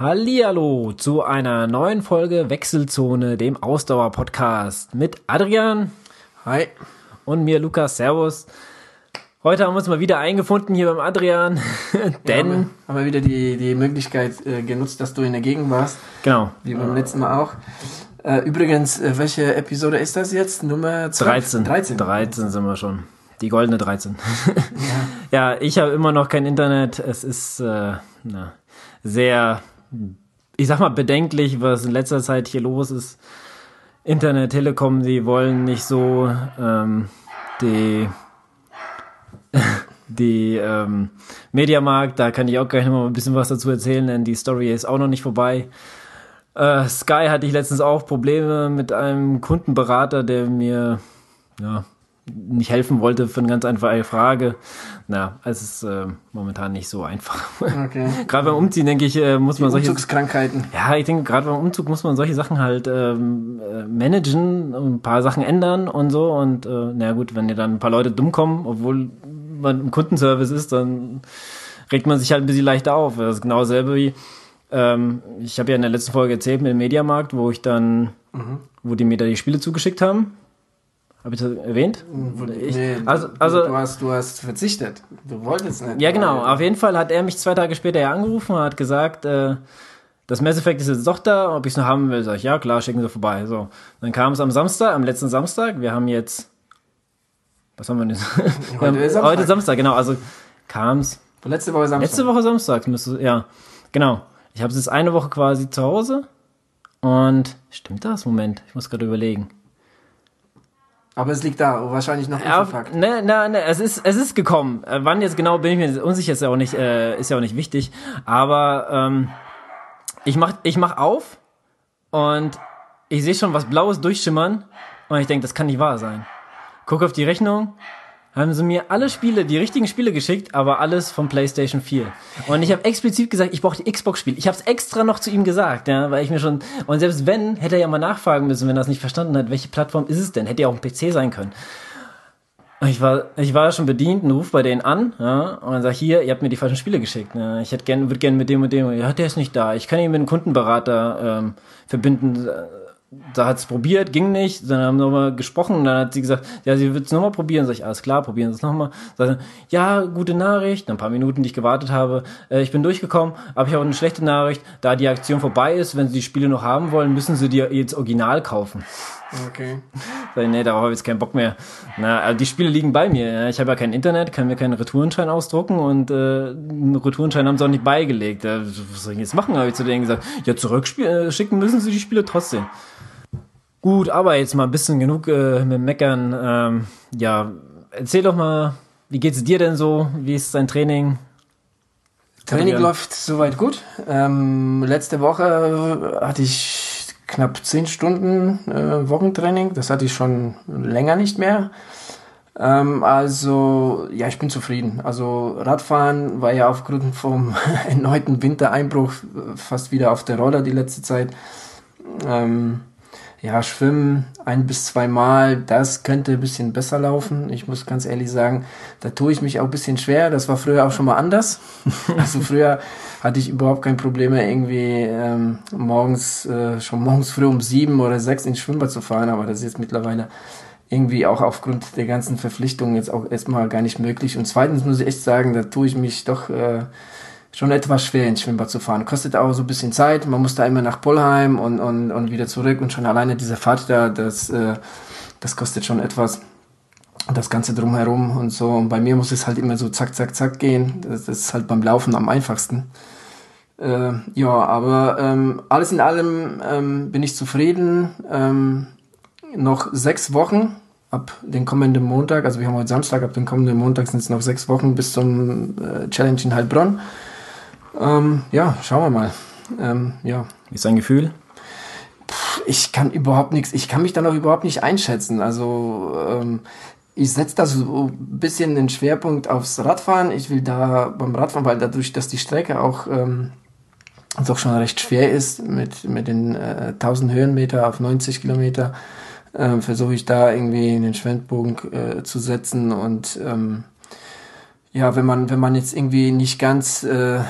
Hallihallo zu einer neuen Folge Wechselzone, dem Ausdauer-Podcast mit Adrian. Hi. Und mir, Lukas. Servus. Heute haben wir uns mal wieder eingefunden hier beim Adrian, denn... Ja, haben wir wieder die Möglichkeit genutzt, dass du in der Gegend warst. Genau. Wie beim letzten Mal auch. Übrigens, welche Episode ist das jetzt? Nummer 12? 13 sind wir schon. Die goldene 13. Ja, ich habe immer noch kein Internet. Es ist sehr, ich sag mal, bedenklich, was in letzter Zeit hier los ist. Internet, Telekom, die wollen nicht so die Mediamarkt, da kann ich auch gleich noch mal ein bisschen was dazu erzählen, denn die Story ist auch noch nicht vorbei. Sky hatte ich letztens auch Probleme mit einem Kundenberater, der mir nicht helfen wollte für eine ganz einfache Frage. Es ist momentan nicht so einfach. Okay. Gerade beim Umziehen, denke ich, muss man solche... Umzugskrankheiten. Ja, ich denke, gerade beim Umzug muss man solche Sachen halt managen, ein paar Sachen ändern und so. Und gut, wenn dir dann ein paar Leute dumm kommen, obwohl man im Kundenservice ist, dann regt man sich halt ein bisschen leichter auf. Das ist genau dasselbe wie, ich habe ja in der letzten Folge erzählt mit dem Mediamarkt, wo die mir da die Spiele zugeschickt haben. Habe ich das erwähnt? Nee, also du hast verzichtet. Du wolltest nicht. Ja, genau. Auf jeden Fall hat er mich 2 Tage später angerufen und hat gesagt, das Mass Effect ist jetzt doch da, ob ich es noch haben will. Sag ich, ja klar, schicken Sie vorbei. So, dann kam es am letzten Samstag. Wir haben jetzt, was haben wir denn? Heute Samstag, genau. Also kam es. Letzte Woche Samstag müsste, ja, genau. Ich habe es jetzt eine Woche quasi zu Hause und stimmt das? Moment, ich muss gerade überlegen. Aber es liegt da, wahrscheinlich noch unverpackt. Es ist gekommen. Wann jetzt genau, bin ich mir unsicher, ist ja auch nicht wichtig. Aber ich mach auf und ich sehe schon was Blaues durchschimmern und ich denke, das kann nicht wahr sein. Guck auf die Rechnung, haben sie mir alle Spiele, die richtigen Spiele geschickt, aber alles von PlayStation 4. Und ich habe explizit gesagt, ich brauche die Xbox-Spiele. Ich habe es extra noch zu ihm gesagt, ja, weil ich mir schon... Und selbst wenn, hätte er ja mal nachfragen müssen, wenn er es nicht verstanden hat, welche Plattform ist es denn? Hätte ja auch ein PC sein können. Und ich war schon bedient und ruf bei denen an, ja, und dann sag hier, ihr habt mir die falschen Spiele geschickt. Ja, ich würde gerne mit dem und dem. Ja, der ist nicht da. Ich kann ihn mit einem Kundenberater verbinden. Da hat es probiert, ging nicht, dann haben wir nochmal gesprochen und dann hat sie gesagt, ja, sie wird es nochmal probieren. Sag ich, alles klar, probieren Sie es nochmal. Sagt ja, gute Nachricht, nach ein paar Minuten, die ich gewartet habe, ich bin durchgekommen, aber ich habe auch eine schlechte Nachricht, da die Aktion vorbei ist, wenn Sie die Spiele noch haben wollen, müssen Sie die jetzt original kaufen. Okay. Sag ich, nee, darauf habe ich jetzt keinen Bock mehr. Also die Spiele liegen bei mir, ja. Ich habe ja kein Internet, kann mir keinen Retourenschein ausdrucken und einen Retourenschein haben sie auch nicht beigelegt. Was soll ich jetzt machen, habe ich zu denen gesagt. Ja, zurückschicken müssen Sie die Spiele trotzdem. Gut, aber jetzt mal ein bisschen genug mit Meckern. Erzähl doch mal, wie geht's dir denn so? Wie ist dein Training? Training läuft soweit gut. Letzte Woche hatte ich knapp 10 Stunden Wochentraining. Das hatte ich schon länger nicht mehr. Ich bin zufrieden. Also Radfahren war ja aufgrund vom erneuten Wintereinbruch fast wieder auf der Roller die letzte Zeit. Schwimmen 1 bis 2 Mal, das könnte ein bisschen besser laufen. Ich muss ganz ehrlich sagen, da tue ich mich auch ein bisschen schwer. Das war früher auch schon mal anders. Also früher hatte ich überhaupt kein Problem mehr, irgendwie morgens früh um 7 oder 6 ins Schwimmbad zu fahren. Aber das ist jetzt mittlerweile irgendwie auch aufgrund der ganzen Verpflichtungen jetzt auch erstmal gar nicht möglich. Und zweitens muss ich echt sagen, da tue ich mich doch schon etwas schwer ins Schwimmbad zu fahren. Kostet auch so ein bisschen Zeit. Man muss da immer nach Pollheim und wieder zurück. Und schon alleine diese Fahrt da, das kostet schon etwas. Das Ganze drumherum und so. Und bei mir muss es halt immer so zack, zack, zack gehen. Das ist halt beim Laufen am einfachsten. Aber alles in allem bin ich zufrieden. Noch 6 Wochen ab den kommenden Montag. Also wir haben heute Samstag, ab den kommenden Montag sind es noch 6 Wochen bis zum Challenge in Heilbronn. Schauen wir mal. Wie ist dein Gefühl? Ich kann mich dann auch überhaupt nicht einschätzen. Also ich setze da so ein bisschen den Schwerpunkt aufs Radfahren. Ich will da beim Radfahren, weil dadurch, dass die Strecke auch doch schon recht schwer ist, mit den 1000 Höhenmeter auf 90 Kilometer, versuche ich da irgendwie den Schwerpunkt zu setzen und wenn man jetzt irgendwie nicht ganz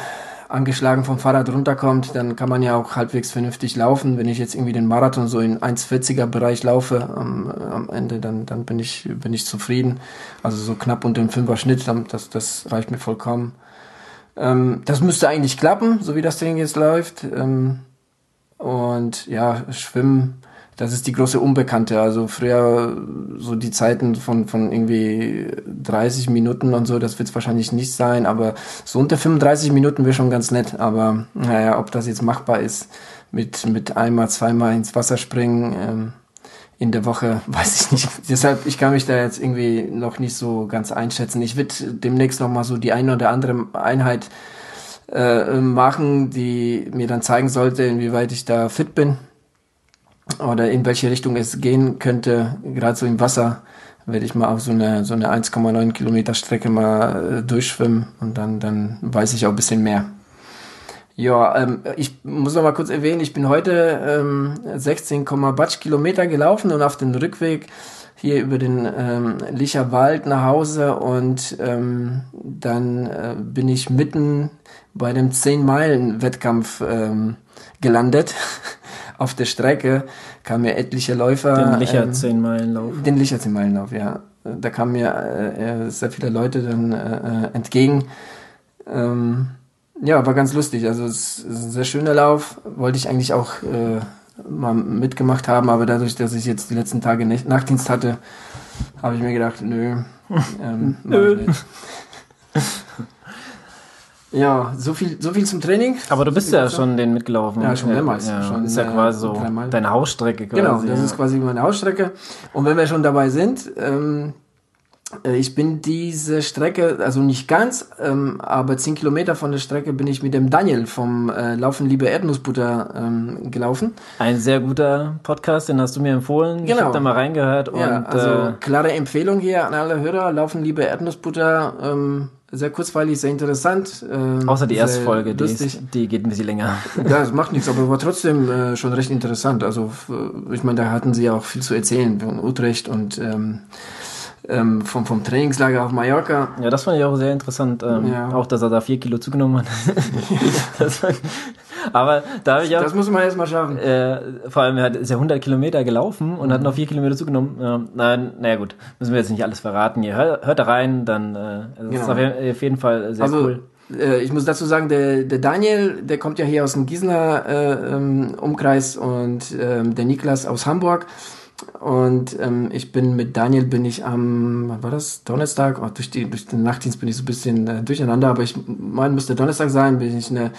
angeschlagen vom Fahrrad runterkommt, dann kann man ja auch halbwegs vernünftig laufen. Wenn ich jetzt irgendwie den Marathon so in 1,40er Bereich laufe am Ende, dann bin ich zufrieden. Also so knapp unter dem 5er Schnitt, das reicht mir vollkommen. Das müsste eigentlich klappen, so wie das Ding jetzt läuft. Und ja, Schwimmen, das ist die große Unbekannte. Also früher so die Zeiten von irgendwie 30 Minuten und so, das wird es wahrscheinlich nicht sein, aber so unter 35 Minuten wäre schon ganz nett. Aber naja, ob das jetzt machbar ist mit einmal, zweimal ins Wasser springen in der Woche, weiß ich nicht. Deshalb, ich kann mich da jetzt irgendwie noch nicht so ganz einschätzen. Ich würde demnächst noch mal so die eine oder andere Einheit machen, die mir dann zeigen sollte, inwieweit ich da fit bin oder in welche Richtung es gehen könnte. Gerade so im Wasser werde ich mal auf so eine 1,9 Kilometer Strecke mal durchschwimmen und dann weiß ich auch ein bisschen mehr. Ja, ich muss noch mal kurz erwähnen, ich bin heute 16, Batsch Kilometer gelaufen und auf den Rückweg hier über den Licher Wald nach Hause und dann bin ich mitten bei dem 10-Meilen-Wettkampf gelandet. Auf der Strecke kamen mir etliche Läufer. Den Licher 10-Meilen-Lauf. Den Licher 10-Meilen-Lauf, ja. Da kamen mir sehr viele Leute dann entgegen. Ja, war ganz lustig. Also es ist ein sehr schöner Lauf. Wollte ich eigentlich auch mal mitgemacht haben, aber dadurch, dass ich jetzt die letzten Tage Nachtdienst hatte, habe ich mir gedacht, nö. Nö. Nicht. Ja, so viel zum Training. Aber du bist ja schon den mitgelaufen. Ja, schon mehrmals. Ja, schon, ist ja quasi so deine Hausstrecke quasi. Genau, das ist quasi meine Hausstrecke. Und wenn wir schon dabei sind, ich bin diese Strecke, also nicht ganz, aber 10 Kilometer von der Strecke bin ich mit dem Daniel vom Laufen Liebe Erdnussbutter gelaufen. Ein sehr guter Podcast, den hast du mir empfohlen. Genau. Ich habe da mal reingehört. Ja, und, also klare Empfehlung hier an alle Hörer, Laufen Liebe Erdnussbutter, sehr kurzweilig, sehr interessant. Außer die erste Folge, die geht ein bisschen länger. Ja, das macht nichts, aber war trotzdem schon recht interessant. Also ich meine, da hatten sie ja auch viel zu erzählen von Utrecht und vom Trainingslager auf Mallorca. Ja, das fand ich auch sehr interessant. Auch, dass er da 4 Kilo zugenommen hat. Aber da habe ich auch... Das muss man erst mal schaffen. Vor allem, er ist ja 100 Kilometer gelaufen und hat noch 4 Kilometer zugenommen. Naja gut, müssen wir jetzt nicht alles verraten. Ihr hört da rein, dann ist auf jeden Fall sehr cool. Ich muss dazu sagen, der Daniel, der kommt ja hier aus dem Gießener Umkreis und der Niklas aus Hamburg. Und ich bin mit Daniel wann war das? Donnerstag? Oh, durch den Nachtdienst bin ich so ein bisschen durcheinander, aber ich meine, müsste Donnerstag sein, bin ich eine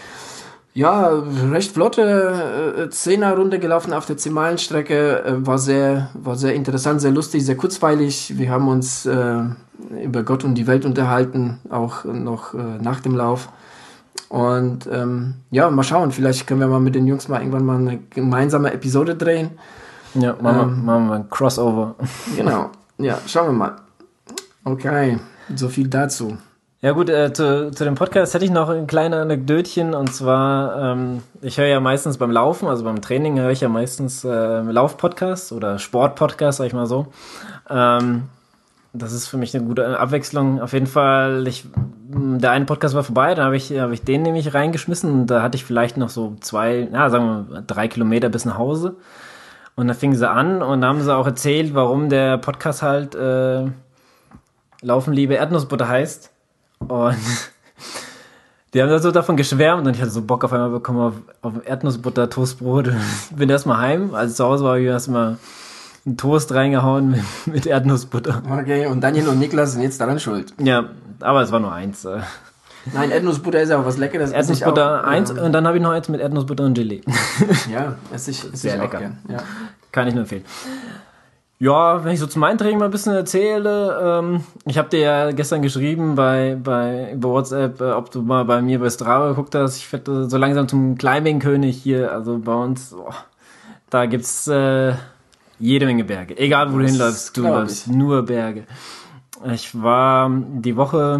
recht flotte 10er-Runde gelaufen auf der 10-Meilen-Strecke. War sehr interessant, sehr lustig, sehr kurzweilig. Wir haben uns über Gott und die Welt unterhalten, auch noch nach dem Lauf. Und mal schauen, vielleicht können wir mal mit den Jungs mal irgendwann mal eine gemeinsame Episode drehen. Ja, machen wir mal ein Crossover. Genau, ja, schauen wir mal. Okay, so viel dazu. Ja gut, zu dem Podcast hätte ich noch ein kleines Anekdötchen, und zwar, ich höre ja meistens beim Laufen, also beim Training höre ich ja meistens Lauf-Podcast oder Sport-Podcast, sag ich mal so. Das ist für mich eine gute Abwechslung. Auf jeden Fall, der eine Podcast war vorbei, dann habe ich den nämlich reingeschmissen und da hatte ich vielleicht noch so 3 Kilometer bis nach Hause. Und dann fingen sie an und haben sie auch erzählt, warum der Podcast halt Laufen Liebe Erdnussbutter heißt. Und die haben da so davon geschwärmt und ich hatte so Bock auf einmal bekommen auf Erdnussbutter, Toastbrot. Bin erstmal heim, als ich zu Hause war, habe ich erstmal einen Toast reingehauen mit Erdnussbutter. Okay, und Daniel und Niklas sind jetzt daran schuld. Ja, aber es war nur eins. Nein, Erdnussbutter ist ja auch was Leckeres. Erdnussbutter eins und dann habe ich noch eins mit Erdnussbutter und Gelee. Ja, esse ich sehr lecker. Gern. Ja. Kann ich nur empfehlen. Ja, wenn ich so zum Training mal ein bisschen erzähle, ich habe dir ja gestern geschrieben über WhatsApp, ob du mal bei mir bei Strava geguckt hast. Ich werde so langsam zum Climbing-König hier, also bei uns, da gibt's jede Menge Berge. Egal wo du hinläufst, du läufst nur Berge. Ich war die Woche,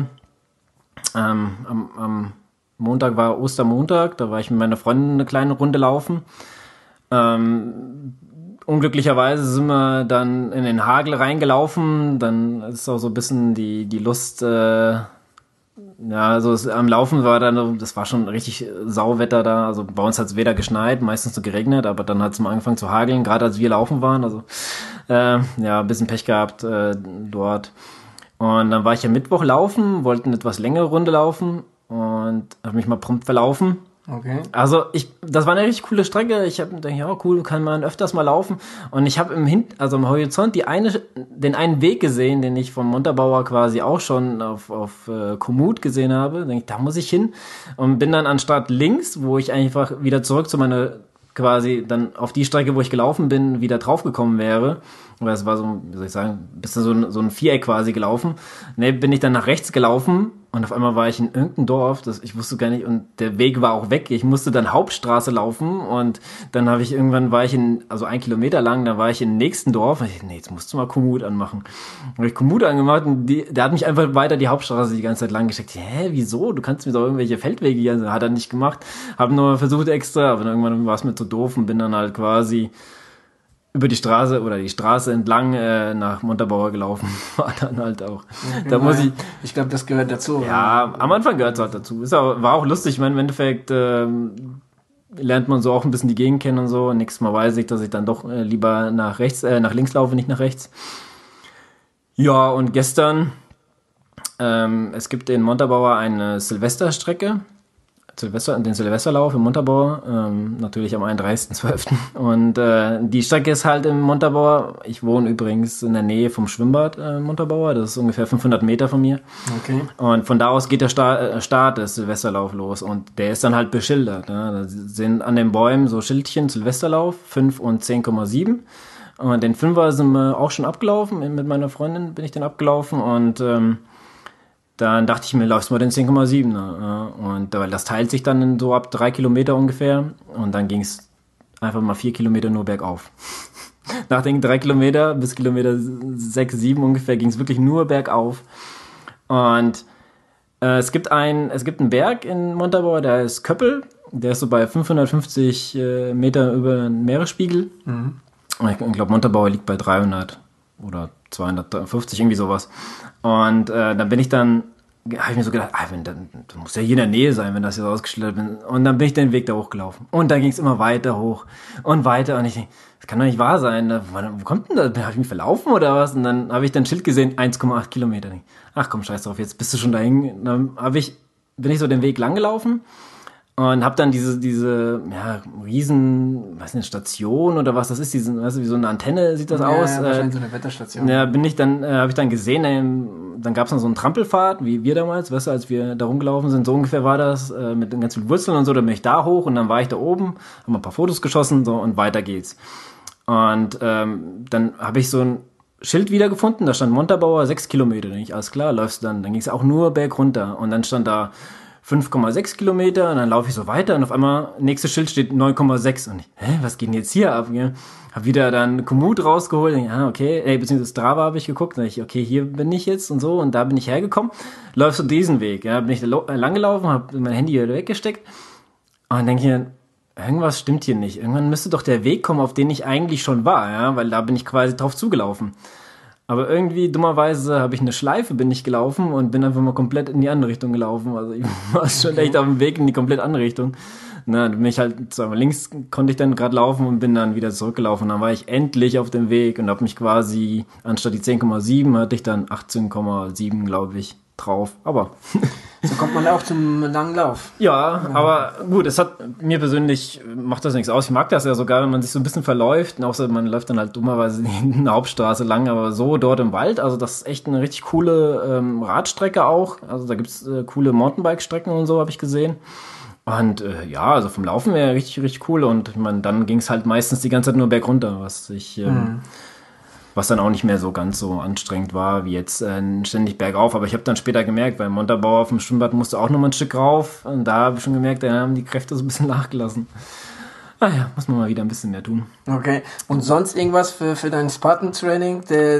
am Montag war Ostermontag, da war ich mit meiner Freundin eine kleine Runde laufen. Unglücklicherweise sind wir dann in den Hagel reingelaufen, dann ist auch so ein bisschen die Lust Ja, also am Laufen war dann, das war schon richtig Sauwetter da. Also bei uns hat es weder geschneit, meistens so geregnet, aber dann hat es mal angefangen zu hageln, gerade als wir laufen waren. Also ja, ein bisschen Pech gehabt dort. Und dann war ich am Mittwoch laufen, wollte eine etwas längere Runde laufen und habe mich mal prompt verlaufen. Okay. Also das war eine richtig coole Strecke. Ich habe gedacht, ja cool, kann man öfters mal laufen. Und ich habe am Horizont den einen Weg gesehen, den ich vom Montabaur quasi auch schon auf Komoot gesehen habe. Denke ich, da muss ich hin und bin dann anstatt links, wo ich einfach wieder zurück zu meiner quasi dann auf die Strecke, wo ich gelaufen bin, wieder draufgekommen wäre. Weil es war so, wie soll ich sagen, ein bisschen so ein Viereck quasi gelaufen. Ne, bin ich dann nach rechts gelaufen und auf einmal war ich in irgendeinem Dorf, ich wusste gar nicht, und der Weg war auch weg. Ich musste dann Hauptstraße laufen und dann war ich also 1 Kilometer lang, da war ich im nächsten Dorf. Und nee, jetzt musst du mal Komoot anmachen. Dann habe ich Komoot angemacht und der hat mich einfach weiter die Hauptstraße die ganze Zeit lang geschickt. Hä, wieso? Du kannst mir doch irgendwelche Feldwege hier. Also, hat er nicht gemacht. Habe nur versucht extra, aber dann irgendwann war es mir zu doof und bin dann halt quasi über die Straße entlang nach Montabaur gelaufen, war dann halt auch. Okay, Da muss ich glaube, das gehört dazu. ja, am Anfang gehört es halt dazu. War auch lustig, ich meine, im Endeffekt lernt man so auch ein bisschen die Gegend kennen und so. Nächstes Mal weiß ich, dass ich dann doch lieber nach links laufe, nicht nach rechts. Ja, und gestern, es gibt in Montabaur eine Silvesterstrecke, den Silvesterlauf im Montabaur, natürlich am 31.12. Und die Strecke ist halt im Montabaur. Ich wohne übrigens in der Nähe vom Schwimmbad Montabaur. Das ist ungefähr 500 Meter von mir. Okay. Und von da aus geht der Start des Silvesterlauf los. Und der ist dann halt beschildert. Ja. Da sind an den Bäumen so Schildchen Silvesterlauf, 5 und 10,7. Und den 5er sind wir auch schon abgelaufen. Mit meiner Freundin bin ich den abgelaufen. Und dann dachte ich mir, laufst mal den 10,7. Ne? Und weil das teilt sich dann in so ab 3 Kilometer ungefähr. Und dann ging es einfach mal 4 Kilometer nur bergauf. Nach den 3 Kilometer bis Kilometer 6, 7 ungefähr ging es wirklich nur bergauf. Und es gibt einen Berg in Montabaur, der ist Köppel. Der ist so bei 550 Meter über den Meeresspiegel. Mhm. Ich glaube, Montabaur liegt bei 300 oder 250, irgendwie sowas. Und dann habe ich mir so gedacht, das muss ja hier in der Nähe sein, wenn das jetzt ausgeschildert bin. Und dann bin ich den Weg da hochgelaufen. Und dann ging es immer weiter hoch und weiter. Und ich denke, das kann doch nicht wahr sein. Wo kommt denn das? Habe ich mich verlaufen oder was? Und dann habe ich dann Schild gesehen, 1,8 Kilometer. Ach komm, scheiß drauf, jetzt bist du schon dahin. Dann bin ich so den Weg lang gelaufen. Und habe dann diese riesen, weiß nicht, Station oder was das ist, weißt du, wie so eine Antenne sieht das aus. Ja, wahrscheinlich so eine Wetterstation. Ja, habe ich dann gesehen, dann gab es noch so einen Trampelpfad, wie wir damals, weißt du, als wir da rumgelaufen sind, so ungefähr war das, mit ganz vielen Wurzeln und so, dann bin ich da hoch und dann war ich da oben, haben wir ein paar Fotos geschossen, so, und weiter geht's. Und dann habe ich so ein Schild wiedergefunden, da stand Montabaur 6 Kilometer, denke ich, alles klar, läufst du dann ging es auch nur berg runter und dann stand da 5,6 Kilometer und dann laufe ich so weiter und auf einmal, nächstes Schild steht 9,6 und ich, was geht denn jetzt hier ab? Ja? Hab wieder dann Komoot rausgeholt, okay, beziehungsweise Strava habe ich geguckt, dann ich, okay, hier bin ich jetzt und so und da bin ich hergekommen, läufst du diesen Weg, ja, bin ich lang gelaufen, habe mein Handy wieder weggesteckt und dann denke ich mir, irgendwas stimmt hier nicht, irgendwann müsste doch der Weg kommen, auf den ich eigentlich schon war, ja, weil da bin ich quasi drauf zugelaufen. Aber irgendwie, dummerweise, bin ich gelaufen und bin einfach mal komplett in die andere Richtung gelaufen. Also ich war schon echt auf dem Weg in die komplett andere Richtung. Na, dann bin ich halt, links konnte ich dann gerade laufen und bin dann wieder zurückgelaufen. Dann war ich endlich auf dem Weg und habe mich quasi, anstatt die 10,7 hatte ich dann 18,7, glaube ich, drauf. Aber so kommt man auch zum langen Lauf. Ja, aber gut, mir persönlich macht das nichts aus. Ich mag das ja sogar, wenn man sich so ein bisschen verläuft. Außer man läuft dann halt dummerweise in der Hauptstraße lang, aber so dort im Wald. Also das ist echt eine richtig coole Radstrecke auch. Also da gibt's coole Mountainbike-Strecken und so, habe ich gesehen. Und also vom Laufen wäre richtig, richtig cool. Und ich meine, dann ging's halt meistens die ganze Zeit nur bergunter, was dann auch nicht mehr so ganz so anstrengend war, wie jetzt ständig bergauf. Aber ich habe dann später gemerkt, weil Montabaur auf dem Schwimmbad musste auch noch mal ein Stück rauf. Und da habe ich schon gemerkt, da haben die Kräfte so ein bisschen nachgelassen. Muss man mal wieder ein bisschen mehr tun. Okay. Und sonst irgendwas für dein Spartan-Training?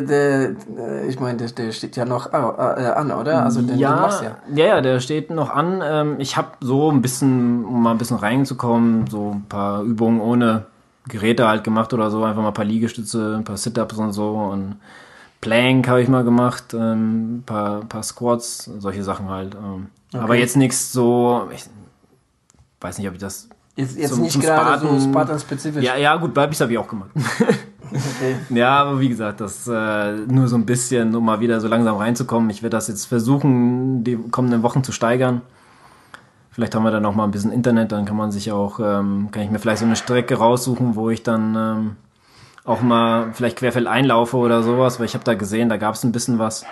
Ich meine, der steht ja noch an, oder? Also den du machst ja. Ja, der steht noch an. Ich habe so ein bisschen, um mal ein bisschen reinzukommen, so ein paar Übungen ohne Geräte halt gemacht oder so, einfach mal ein paar Liegestütze, ein paar Sit-Ups und so und Plank habe ich mal gemacht, paar Squats, solche Sachen halt. Okay. Aber jetzt nichts so, ich weiß nicht, ob ich das Jetzt nicht gerade so Spartan-spezifisch. Ja, gut, Burpees habe ich auch gemacht. Okay. Ja, aber wie gesagt, das nur so ein bisschen, um mal wieder so langsam reinzukommen. Ich werde das jetzt versuchen, die kommenden Wochen zu steigern. Vielleicht haben wir dann noch mal ein bisschen Internet, dann kann ich mir vielleicht so eine Strecke raussuchen, wo ich dann auch mal vielleicht querfeld einlaufe oder sowas, weil ich habe da gesehen, da gab es ein bisschen was.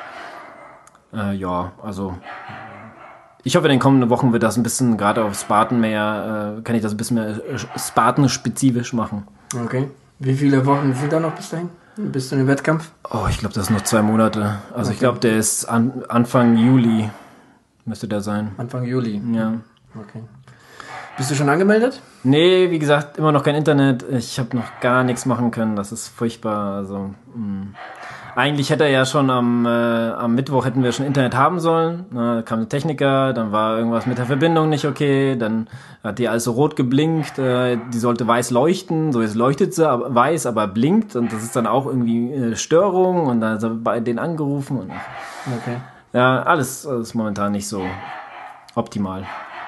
Also ich hoffe, in den kommenden Wochen wird das ein bisschen, gerade auf Spartan kann ich das ein bisschen mehr Spartan-spezifisch machen. Okay. Wie viele Wochen sind da noch bis dahin? Bis zu dem Wettkampf? Oh, ich glaube, das sind noch 2 Monate. Also okay. Ich glaube, der ist Anfang Juli müsste der sein. Anfang Juli? Ja. Okay. Bist du schon angemeldet? Nee, wie gesagt, immer noch kein Internet. Ich habe noch gar nichts machen können. Das ist furchtbar. Also eigentlich hätte er ja schon am Mittwoch hätten wir schon Internet haben sollen. Da kam der Techniker, dann war irgendwas mit der Verbindung nicht okay. Dann hat die alles so rot geblinkt. Die sollte weiß leuchten. So, jetzt leuchtet sie weiß, aber blinkt. Und das ist dann auch irgendwie Störung. Und dann hat er bei denen angerufen. Und okay. Ja, alles ist momentan nicht so optimal.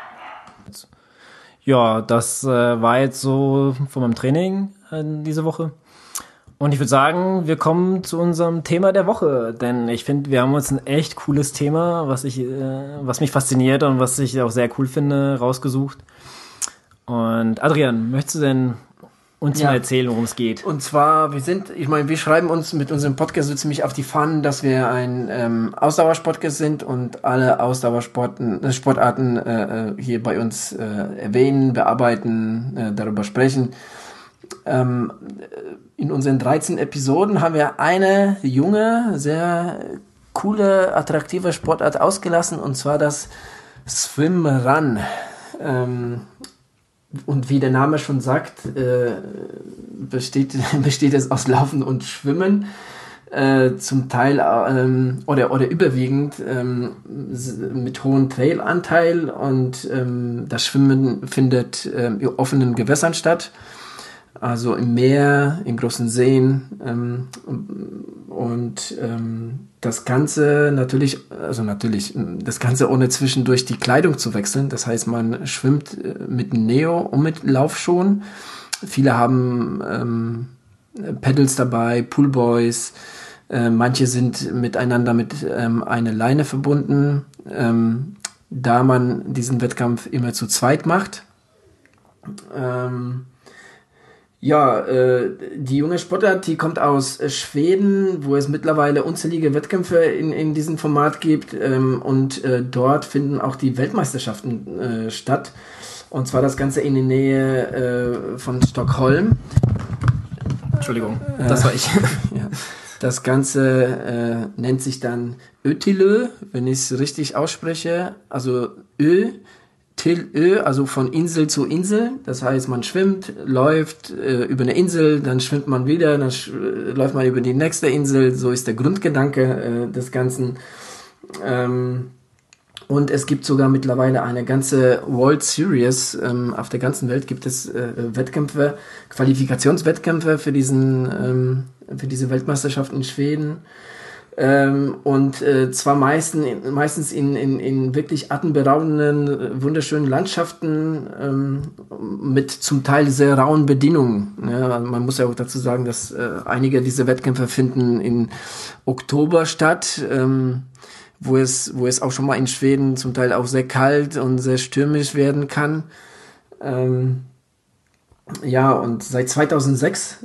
Ja, das war jetzt so von meinem Training diese Woche. Und ich würde sagen, wir kommen zu unserem Thema der Woche. Denn ich finde, wir haben uns ein echt cooles Thema, was mich fasziniert und was ich auch sehr cool finde, rausgesucht. Und Adrian, möchtest du denn uns mal erzählen, worum es geht? Und zwar, wir schreiben uns mit unserem Podcast so ziemlich auf die Fahnen, dass wir ein Ausdauersportcast sind und alle Sportarten hier bei uns erwähnen, bearbeiten, darüber sprechen. In unseren 13 Episoden haben wir eine junge, sehr coole, attraktive Sportart ausgelassen, und zwar das Swimrun. Und wie der Name schon sagt, besteht es aus Laufen und Schwimmen, zum Teil oder überwiegend mit hohem Trailanteil, und das Schwimmen findet in offenen Gewässern statt, also im Meer, in großen Seen, und das Ganze das Ganze ohne zwischendurch die Kleidung zu wechseln. Das heißt, man schwimmt mit Neo und mit Laufschuhen. Viele haben Paddles dabei, Poolboys. Manche sind miteinander mit einer Leine verbunden, da man diesen Wettkampf immer zu zweit macht. Die junge Sportart, die kommt aus Schweden, wo es mittlerweile unzählige Wettkämpfe in diesem Format gibt, und dort finden auch die Weltmeisterschaften statt, und zwar das Ganze in der Nähe von Stockholm. Entschuldigung, das war ich. Ja. Das Ganze nennt sich dann Ötilö, wenn ich es richtig ausspreche, also also von Insel zu Insel. Das heißt, man schwimmt, läuft über eine Insel, dann schwimmt man wieder, dann läuft man über die nächste Insel. So ist der Grundgedanke des Ganzen. Und es gibt sogar mittlerweile eine ganze World Series. Auf der ganzen Welt gibt es Wettkämpfe, Qualifikationswettkämpfe für diese Weltmeisterschaft in Schweden. Und zwar meistens in wirklich atemberaubenden, wunderschönen Landschaften, mit zum Teil sehr rauen Bedingungen. Ja, man muss ja auch dazu sagen, dass einige dieser Wettkämpfe finden im Oktober statt, wo es auch schon mal in Schweden zum Teil auch sehr kalt und sehr stürmisch werden kann. Und seit 2006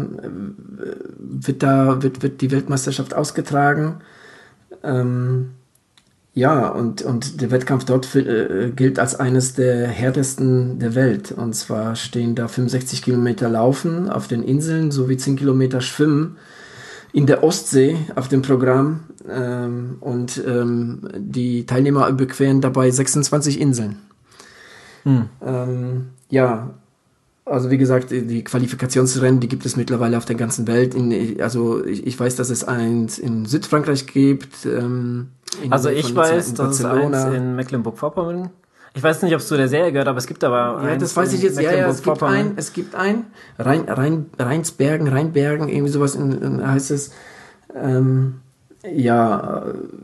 wird die Weltmeisterschaft ausgetragen. Und der Wettkampf dort gilt als eines der härtesten der Welt. Und zwar stehen da 65 Kilometer Laufen auf den Inseln sowie 10 Kilometer Schwimmen in der Ostsee auf dem Programm. Die Teilnehmer überqueren dabei 26 Inseln. Also wie gesagt, die Qualifikationsrennen, die gibt es mittlerweile auf der ganzen Welt. Ich weiß, dass es eins in Südfrankreich gibt. Ich weiß, dass es eins in Mecklenburg-Vorpommern. Ich weiß nicht, ob es zu der Serie gehört, aber es gibt aber eins. Ja, das weiß ich jetzt. Es gibt ein Rheinbergen, irgendwie sowas heißt es. Ja,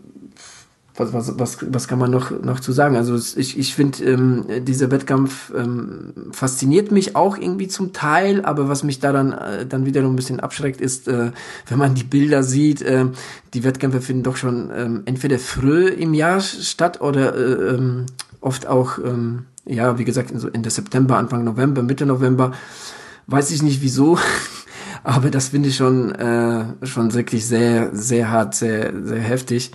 was kann man noch zu sagen? Also ich finde, dieser Wettkampf fasziniert mich auch irgendwie zum Teil, aber was mich daran dann wiederum ein bisschen abschreckt, ist, wenn man die Bilder sieht, die Wettkämpfe finden doch schon entweder früh im Jahr statt oder oft auch, ja, wie gesagt, so Ende September, Anfang November, Mitte November. Weiß ich nicht wieso, aber das finde ich schon wirklich sehr, sehr hart, sehr, sehr heftig.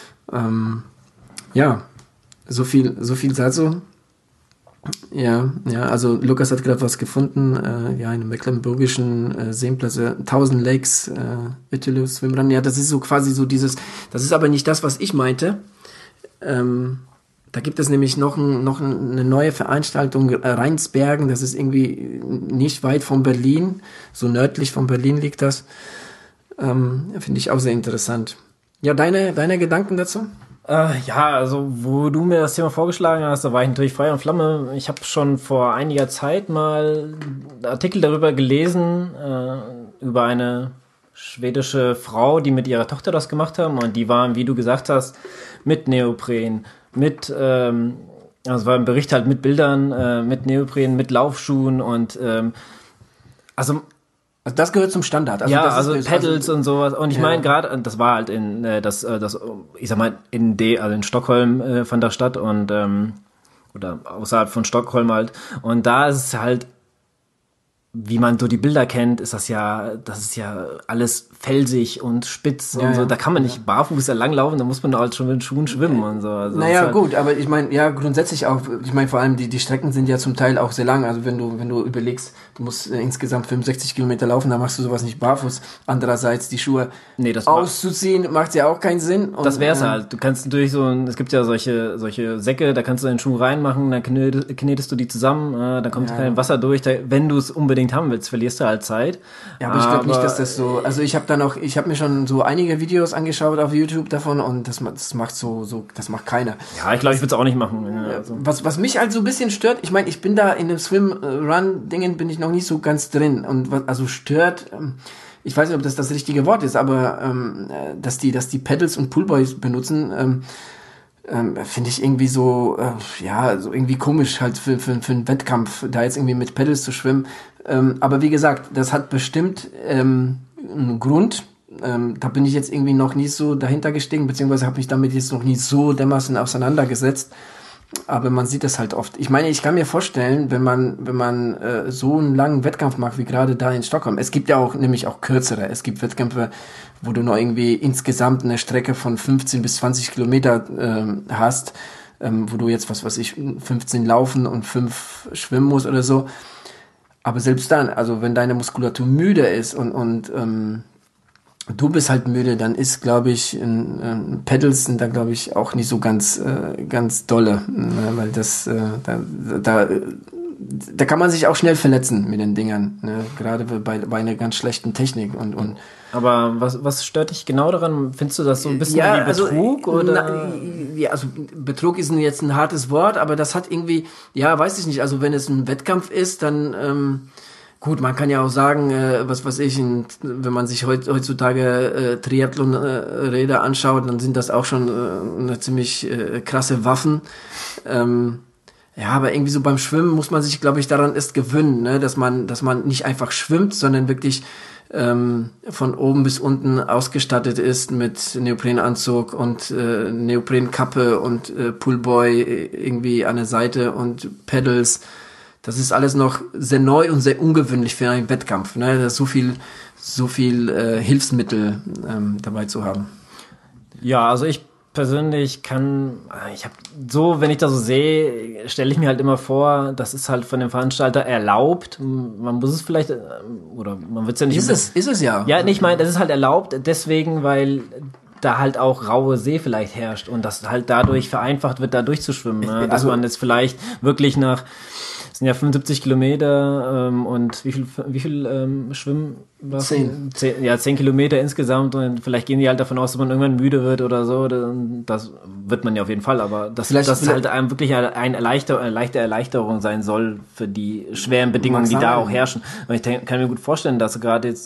Ja, so viel dazu. Ja, also Lukas hat gerade was gefunden, ja, in einem mecklenburgischen Seenplatz, 1000 Lakes, Italo Swimrun. Ja, das ist so quasi so dieses, das ist aber nicht das, was ich meinte. Da gibt es nämlich noch eine neue Veranstaltung, Rheinsbergen, das ist irgendwie nicht weit von Berlin, so nördlich von Berlin liegt das. Finde ich auch sehr interessant. Ja, deine Gedanken dazu? Ja, also wo du mir das Thema vorgeschlagen hast, da war ich natürlich Feuer und Flamme. Ich habe schon vor einiger Zeit mal einen Artikel darüber gelesen, über eine schwedische Frau, die mit ihrer Tochter das gemacht haben. Und die waren, wie du gesagt hast, mit Neopren, also war ein Bericht halt mit Bildern, mit Neopren, mit Laufschuhen und also das gehört zum Standard. Also ja, das ist Pedals und sowas. Und ich meine gerade, das war halt ich sag mal, in Stockholm fand das statt und oder außerhalb von Stockholm halt. Und da ist es halt, wie man so die Bilder kennt, das ist ja alles felsig und spitz und so. Ja. Da kann man nicht barfuß langlaufen, da muss man halt schon mit Schuhen schwimmen und so. Also naja, halt gut, aber ich meine, ja, grundsätzlich auch, ich meine, vor allem die Strecken sind ja zum Teil auch sehr lang. Also wenn du überlegst, du musst insgesamt 65 Kilometer laufen, dann machst du sowas nicht barfuß. Andererseits die Schuhe auszuziehen, macht ja auch keinen Sinn. Und, das wär's halt. Du kannst natürlich es gibt ja solche Säcke, da kannst du deinen Schuh reinmachen, dann knetest du die zusammen, da kommt kein Wasser durch. Wenn du es unbedingt haben willst, verlierst du halt Zeit. Ja, aber ich glaube nicht, dass das so, also ich habe mir schon so einige Videos angeschaut auf YouTube davon und das macht das macht keiner. Ja, ich glaube, ich würde es auch nicht machen. Ja, also. Was mich halt so ein bisschen stört, ich meine, ich bin da in dem Swim-Run-Dingen bin ich noch nicht so ganz drin und also stört, ich weiß nicht, ob das richtige Wort ist, aber dass die Pedals und Poolboys benutzen, finde ich irgendwie so, so irgendwie komisch halt für einen Wettkampf, da jetzt irgendwie mit Pedals zu schwimmen. Aber wie gesagt, das hat bestimmt einen Grund. Da bin ich jetzt irgendwie noch nie so dahinter gestiegen, beziehungsweise habe mich damit jetzt noch nie so dermaßen auseinandergesetzt. Aber man sieht das halt oft. Ich meine, ich kann mir vorstellen, wenn man so einen langen Wettkampf macht, wie gerade da in Stockholm. Es gibt ja auch nämlich auch kürzere. Es gibt Wettkämpfe, wo du noch irgendwie insgesamt eine Strecke von 15 bis 20 Kilometer hast, wo du jetzt, 15 laufen und 5 schwimmen musst oder so. Aber selbst dann, also wenn deine Muskulatur müde ist und du bist halt müde, dann ist, glaube ich, Pedals sind da, glaube ich, auch nicht so ganz dolle, ne? Weil das, da kann man sich auch schnell verletzen mit den Dingern, ne? Gerade bei einer ganz schlechten Technik und aber was stört dich genau daran? Findest du das so ein bisschen wie Betrug? Oder? Also Betrug ist jetzt ein hartes Wort, aber das hat irgendwie, ja, weiß ich nicht, also wenn es ein Wettkampf ist, dann gut, man kann ja auch sagen, wenn man sich heutzutage Triathlon-Räder anschaut, dann sind das auch schon eine ziemlich krasse Waffen. Ja, aber irgendwie so beim Schwimmen muss man sich, glaube ich, daran erst gewöhnen, ne? Dass man nicht einfach schwimmt, sondern wirklich von oben bis unten ausgestattet ist mit Neoprenanzug und Neoprenkappe und Poolboy irgendwie an der Seite und Pedals. Das ist alles noch sehr neu und sehr ungewöhnlich für einen Wettkampf, ne? Da ist so viel Hilfsmittel dabei zu haben. Ja, also ich persönlich wenn ich das so sehe, stelle ich mir halt immer vor, das ist halt von dem Veranstalter erlaubt. Man muss es vielleicht, oder man wird es ja nicht. Ist es ja. Ja, ich meine, das ist halt erlaubt, deswegen, weil da halt auch raue See vielleicht herrscht und das halt dadurch vereinfacht wird, da durchzuschwimmen. Ne? Dass man jetzt vielleicht wirklich es sind ja 75 Kilometer und wie viel Schwimmen? 10. 10 Kilometer insgesamt und vielleicht gehen die halt davon aus, dass man irgendwann müde wird oder so. Das wird man ja auf jeden Fall, aber das halt einem wirklich eine leichte Erleichterung sein soll für die schweren Bedingungen, die da auch herrschen. Und ich kann mir gut vorstellen, dass gerade jetzt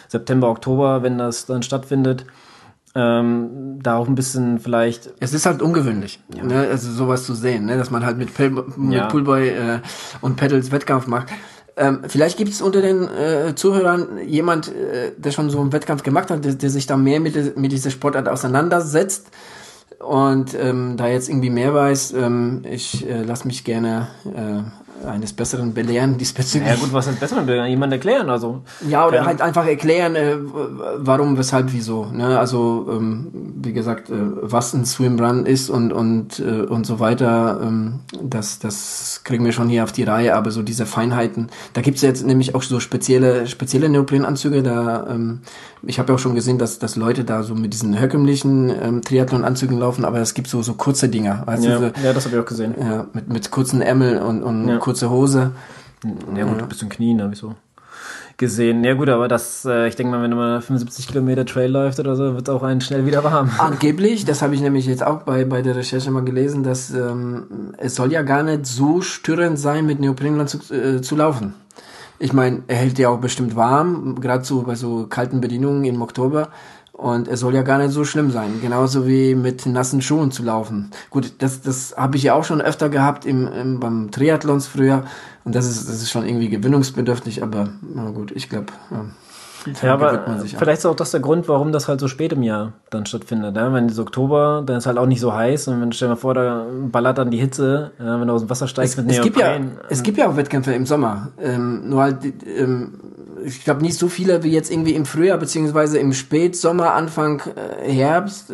September, Oktober, wenn das dann stattfindet. Da auch ein bisschen vielleicht... Es ist halt ungewöhnlich, ne? Also sowas zu sehen, ne? Dass man halt mit Poolboy und Pedals Wettkampf macht. Vielleicht gibt es unter den Zuhörern jemand, der schon so einen Wettkampf gemacht hat, der sich da mehr mit dieser Sportart auseinandersetzt und da jetzt irgendwie mehr weiß. Ich lasse mich gerne eines Besseren belehren diesbezüglich. Ja gut, was heißt Besseren belehren? Jemand erklären, also. Ja, oder halt einfach erklären, warum, weshalb, wieso. Ne? Also, wie gesagt, was ein Swimrun ist und so weiter, das kriegen wir schon hier auf die Reihe, aber so diese Feinheiten, da gibt's jetzt nämlich auch so spezielle Neoprenanzüge, ich habe ja auch schon gesehen, dass Leute da so mit diesen herkömmlichen Triathlon-Anzügen laufen, aber es gibt so kurze Dinger. Weißt du, ja, das habe ich auch gesehen. Ja, mit kurzen Ärmel und kurze Hose. Ja gut, bis zum Knien habe ich so gesehen. Ja gut, aber das, ich denke mal, wenn man 75 Kilometer Trail läuft oder so, wird auch einen schnell wieder warm. Angeblich, das habe ich nämlich jetzt auch bei der Recherche mal gelesen, dass es soll ja gar nicht so störend sein, mit Neoprenanzug zu laufen. Ich meine, er hält ja auch bestimmt warm, gerade so bei so kalten Bedingungen im Oktober. Und es soll ja gar nicht so schlimm sein. Genauso wie mit nassen Schuhen zu laufen. Gut, das habe ich ja auch schon öfter gehabt beim Triathlons früher. Und das ist schon irgendwie gewöhnungsbedürftig, aber na gut, ich glaube, ja, aber vielleicht ist auch das der Grund, warum das halt so spät im Jahr dann stattfindet. Ja? Wenn es Oktober, dann ist halt auch nicht so heiß. Und wenn, stell dir mal vor, da ballert dann die Hitze, wenn du aus dem Wasser steigst mit Neopren. Es gibt ja auch Wettkämpfe im Sommer. Nur halt, ich glaube nicht so viele wie jetzt irgendwie im Frühjahr, beziehungsweise im Spätsommer, Anfang Herbst.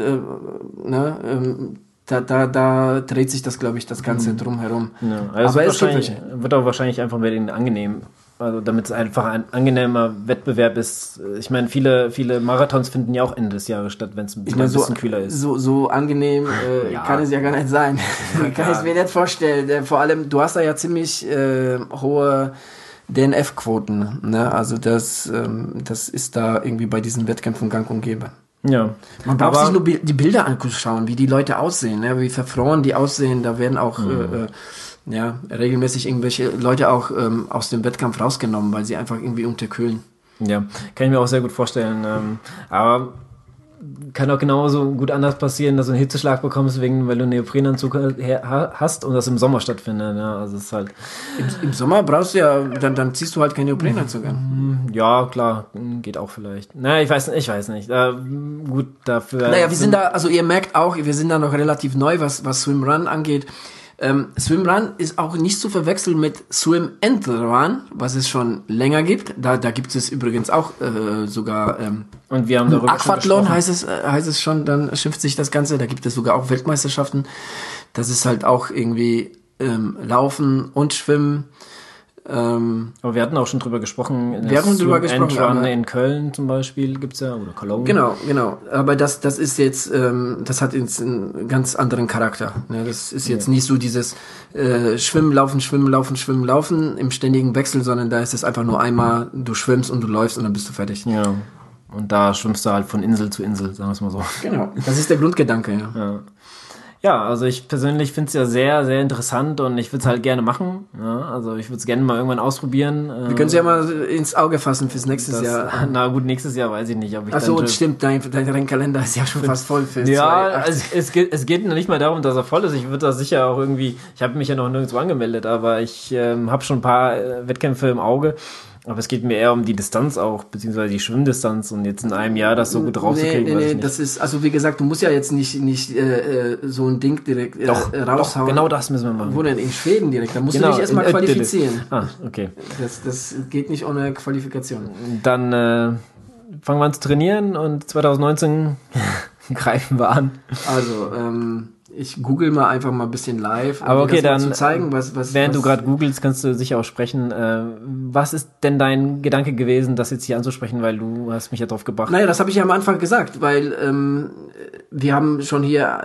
Da dreht sich das, glaube ich, das Ganze drumherum. Ja, also aber es wird auch wahrscheinlich einfach bei denen angenehm. Also damit es einfach ein angenehmer Wettbewerb ist. Ich meine, viele Marathons finden ja auch Ende des Jahres statt, wenn es ein bisschen kühler ist. So angenehm kann es ja gar nicht sein. Kann ich mir nicht vorstellen. Vor allem, du hast da ja ziemlich hohe DNF-Quoten. Ne? Also das ist da irgendwie bei diesen Wettkämpfen gang und gäbe. Ja. Man braucht sich nur die Bilder anzuschauen, wie die Leute aussehen, ne? Wie verfroren die aussehen. Da werden auch regelmäßig irgendwelche Leute auch aus dem Wettkampf rausgenommen, weil sie einfach irgendwie unterkühlen. Ja, kann ich mir auch sehr gut vorstellen. Aber kann auch genauso gut anders passieren, dass du einen Hitzeschlag bekommst, weil du einen Neoprenanzug hast und das im Sommer stattfindet. Ja, also es ist halt Im Sommer brauchst du ja, dann ziehst du halt keinen Neoprenanzug an. Ja, klar, geht auch vielleicht. Naja, ich weiß nicht. Gut, dafür... Naja, wir sind da, also ihr merkt auch, wir sind da noch relativ neu, was Swimrun angeht. Swimrun ist auch nicht zu verwechseln mit Swim and Run, was es schon länger gibt. Da gibt es übrigens auch sogar und wir haben darüber Aquathlon heißt es schon, dann schimpft sich das Ganze. Da gibt es sogar auch Weltmeisterschaften. Das ist halt auch irgendwie Laufen und Schwimmen. Aber wir hatten auch schon drüber gesprochen. Wir hatten drüber gesprochen. Run in Köln zum Beispiel gibt's ja, oder Cologne. Genau. Aber das ist jetzt, das hat jetzt einen ganz anderen Charakter. Ne? Das ist jetzt nicht so dieses Schwimmen, Laufen im ständigen Wechsel, sondern da ist es einfach nur einmal, du schwimmst und du läufst und dann bist du fertig. Ja. Und da schwimmst du halt von Insel zu Insel, sagen wir es mal so. Genau. Das ist der Grundgedanke, ja. Ja, also ich persönlich finde es ja sehr, sehr interessant und ich würde es halt gerne machen. Ja, also ich würde es gerne mal irgendwann ausprobieren. Wir können es ja mal ins Auge fassen fürs nächste Jahr. Na gut, nächstes Jahr weiß ich nicht. Ob ich Achso, stimmt, dein Rennkalender ist ja schon fast voll für ja, also es geht nicht mal darum, dass er voll ist. Ich würde da sicher auch irgendwie, ich habe mich ja noch nirgendwo angemeldet, aber ich habe schon ein paar Wettkämpfe im Auge. Aber es geht mir eher um die Distanz auch, beziehungsweise die Schwimmdistanz und jetzt in einem Jahr das so gut rauszukriegen. Nee, das ist, also wie gesagt, du musst ja jetzt nicht so ein Ding direkt raushauen. Doch, genau das müssen wir machen. Wo denn? In Schweden direkt? Da musst du dich erstmal qualifizieren. Okay. Das geht nicht ohne Qualifikation. Dann fangen wir an zu trainieren und 2019 greifen wir an. Also, ich google mal einfach mal ein bisschen live, aber okay, dann zu zeigen, während du gerade googelst, kannst du sicher auch sprechen. Was ist denn dein Gedanke gewesen, das jetzt hier anzusprechen, weil du hast mich ja drauf gebracht? Naja, das habe ich ja am Anfang gesagt, weil wir haben schon hier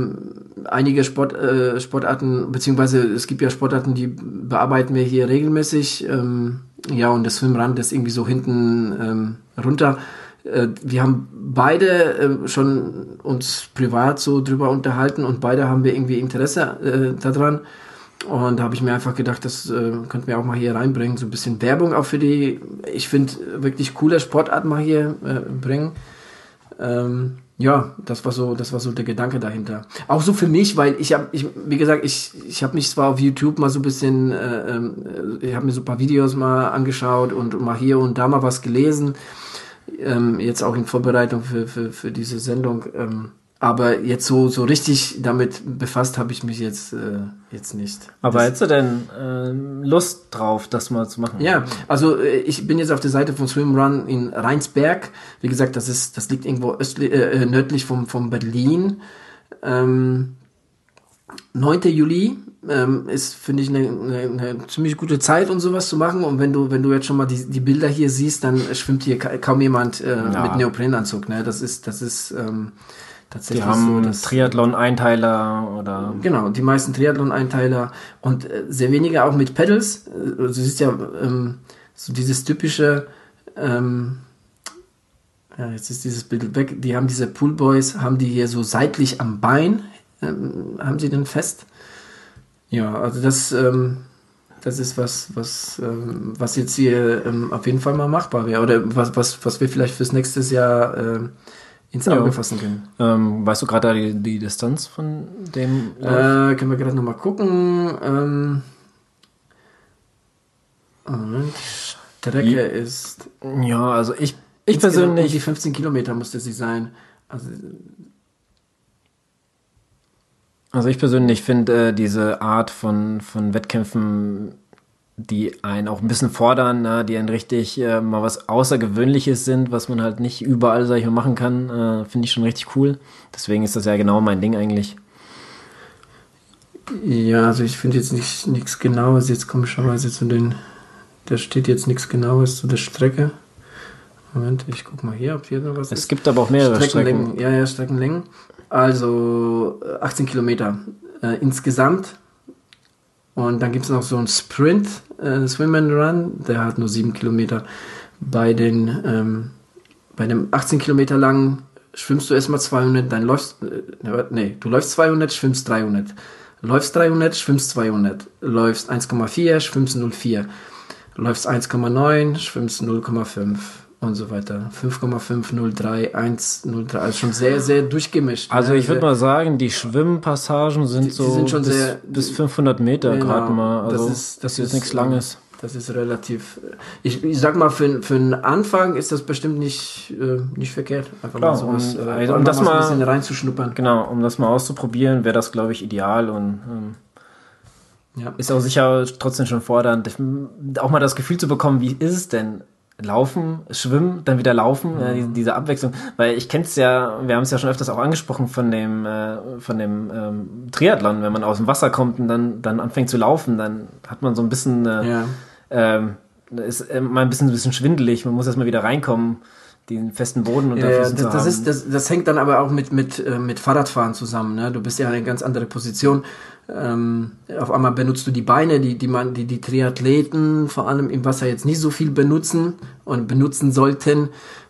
einige Sportarten, beziehungsweise es gibt ja Sportarten, die bearbeiten wir hier regelmäßig. Ja, und das Swimrun, das irgendwie so hinten runter. Wir haben beide schon uns privat so drüber unterhalten und beide haben wir irgendwie Interesse daran. Und da habe ich mir einfach gedacht, das könnten wir auch mal hier reinbringen. So ein bisschen Werbung auch für die, ich finde, wirklich coole Sportart mal hier bringen. Ja, das war so der Gedanke dahinter. Auch so für mich, weil wie gesagt, ich habe mich zwar auf YouTube mal so ein bisschen, ich habe mir so ein paar Videos mal angeschaut und mal hier und da mal was gelesen. Jetzt auch in Vorbereitung für diese Sendung. Aber jetzt so richtig damit befasst habe ich mich jetzt nicht. Aber hättest du denn Lust drauf, das mal zu machen? Ja, also ich bin jetzt auf der Seite von Swim Run in Rheinsberg. Wie gesagt, das liegt irgendwo nördlich von Berlin. 9. Juli ist, finde ich, eine ziemlich gute Zeit, um sowas zu machen. Und wenn du jetzt schon mal die Bilder hier siehst, dann schwimmt hier kaum jemand mit Neoprenanzug. Ne? Das ist tatsächlich die haben so, dass Triathlon-Einteiler oder... Genau, die meisten Triathlon-Einteiler und sehr wenige auch mit Pedals. Du siehst ja so dieses typische, jetzt ist dieses Bild weg, die haben diese Poolboys, haben die hier so seitlich am Bein, haben sie den fest. Ja, also das ist was jetzt hier auf jeden Fall mal machbar wäre oder was wir vielleicht fürs nächste Jahr ins Auge fassen können. Weißt du gerade die Distanz von dem? Können wir gerade nochmal gucken. Strecke ist... Ja, also ich persönlich... Die 15 Kilometer musste sie sein. Also ich persönlich finde diese Art von Wettkämpfen, die einen auch ein bisschen fordern, die einen richtig mal was Außergewöhnliches sind, was man halt nicht überall, sag ich mal, machen kann, finde ich schon richtig cool. Deswegen ist das ja genau mein Ding eigentlich. Ja, also ich finde jetzt nichts Genaues, jetzt komischerweise da steht jetzt nichts Genaues zu der Strecke. Moment, ich guck mal hier, ob hier noch was ist. Es gibt aber auch mehrere Strecken. Ja, Streckenlängen. Also 18 Kilometer insgesamt. Und dann gibt es noch so einen Sprint, Swim and Run, der hat nur 7 Kilometer. Bei dem 18 Kilometer langen schwimmst du erstmal 200, dann du läufst 200, schwimmst 300. Läufst 300, schwimmst 200. Läufst 1,4, schwimmst 0,4. Läufst 1,9, schwimmst 0,5 und so weiter. 5,5, 0,3, 1, 0,3. Also schon sehr, sehr durchgemischt. Also ich würde mal sagen, die Schwimmpassagen sind so schon bis 500 Meter genau, gerade mal. Also das ist nichts Langes. Das ist relativ... Ich sag mal, für einen Anfang ist das bestimmt nicht verkehrt. Einfach Klar, mal sowas, um das mal ein bisschen reinzuschnuppern. Genau, um das mal auszuprobieren, wäre das, glaube ich, ideal und ist auch sicher trotzdem schon fordernd, auch mal das Gefühl zu bekommen, wie ist es denn? Laufen, schwimmen, dann wieder laufen, diese Abwechslung, weil ich kenn's ja, wir haben es ja schon öfters auch angesprochen von dem Triathlon, wenn man aus dem Wasser kommt und dann anfängt zu laufen, dann hat man so ein bisschen ist mal ein bisschen schwindelig, man muss erstmal wieder reinkommen, den festen Boden unter Füßen zu haben. Das hängt dann aber auch mit Fahrradfahren zusammen, ne? Du bist ja in eine ganz andere Position. Auf einmal benutzt du die Beine, die Triathleten vor allem im Wasser jetzt nicht so viel benutzen und benutzen sollten.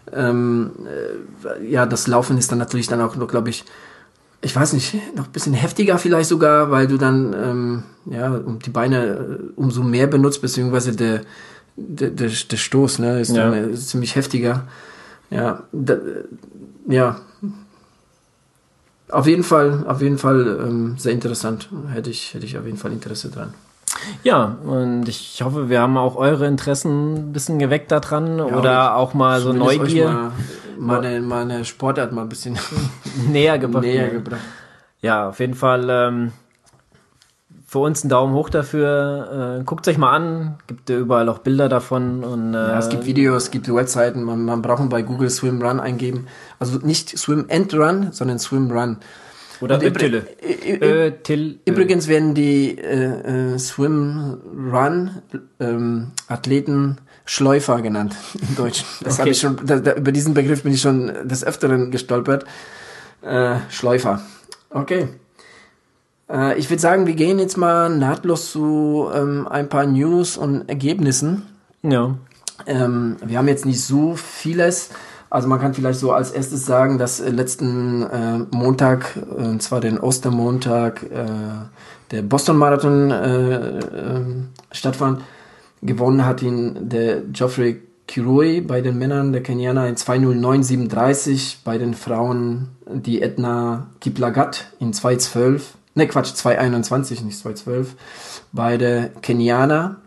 Das Laufen ist dann natürlich dann auch noch, glaube ich weiß nicht, noch ein bisschen heftiger vielleicht sogar, weil du dann um die Beine umso mehr benutzt, beziehungsweise der Stoß, ne, ist dann ziemlich heftiger. Auf jeden Fall sehr interessant. Hätte ich auf jeden Fall Interesse dran. Ja, und ich hoffe, wir haben auch eure Interessen ein bisschen geweckt daran oder auch mal so Neugier. Meine Sportart mal ein bisschen näher gebracht. Ja, auf jeden Fall für uns einen Daumen hoch dafür. Guckt euch mal an, gibt ja überall auch Bilder davon. Und, es gibt Videos, es gibt Webseiten, man braucht bei Google Swim Run eingeben. Also nicht Swim and Run, sondern Swim Run. Oder Ötille. Übrigens werden die Swim Run Athleten Schläufer genannt im Deutschen. Das habe ich schon, über diesen Begriff bin ich schon des Öfteren gestolpert. Schläufer. Okay. Ich würde sagen, wir gehen jetzt mal nahtlos zu ein paar News und Ergebnissen. Ja. Wir haben jetzt nicht so vieles, Also man kann vielleicht so als erstes sagen, dass letzten Montag, und zwar den Ostermontag, der Boston-Marathon stattfand. Gewonnen hat ihn der Geoffrey Kirui bei den Männern, der Kenianer, in 2:09:37. Bei den Frauen die Edna Kiplagat in 2:21, nicht 2:12. Beide Kenianer.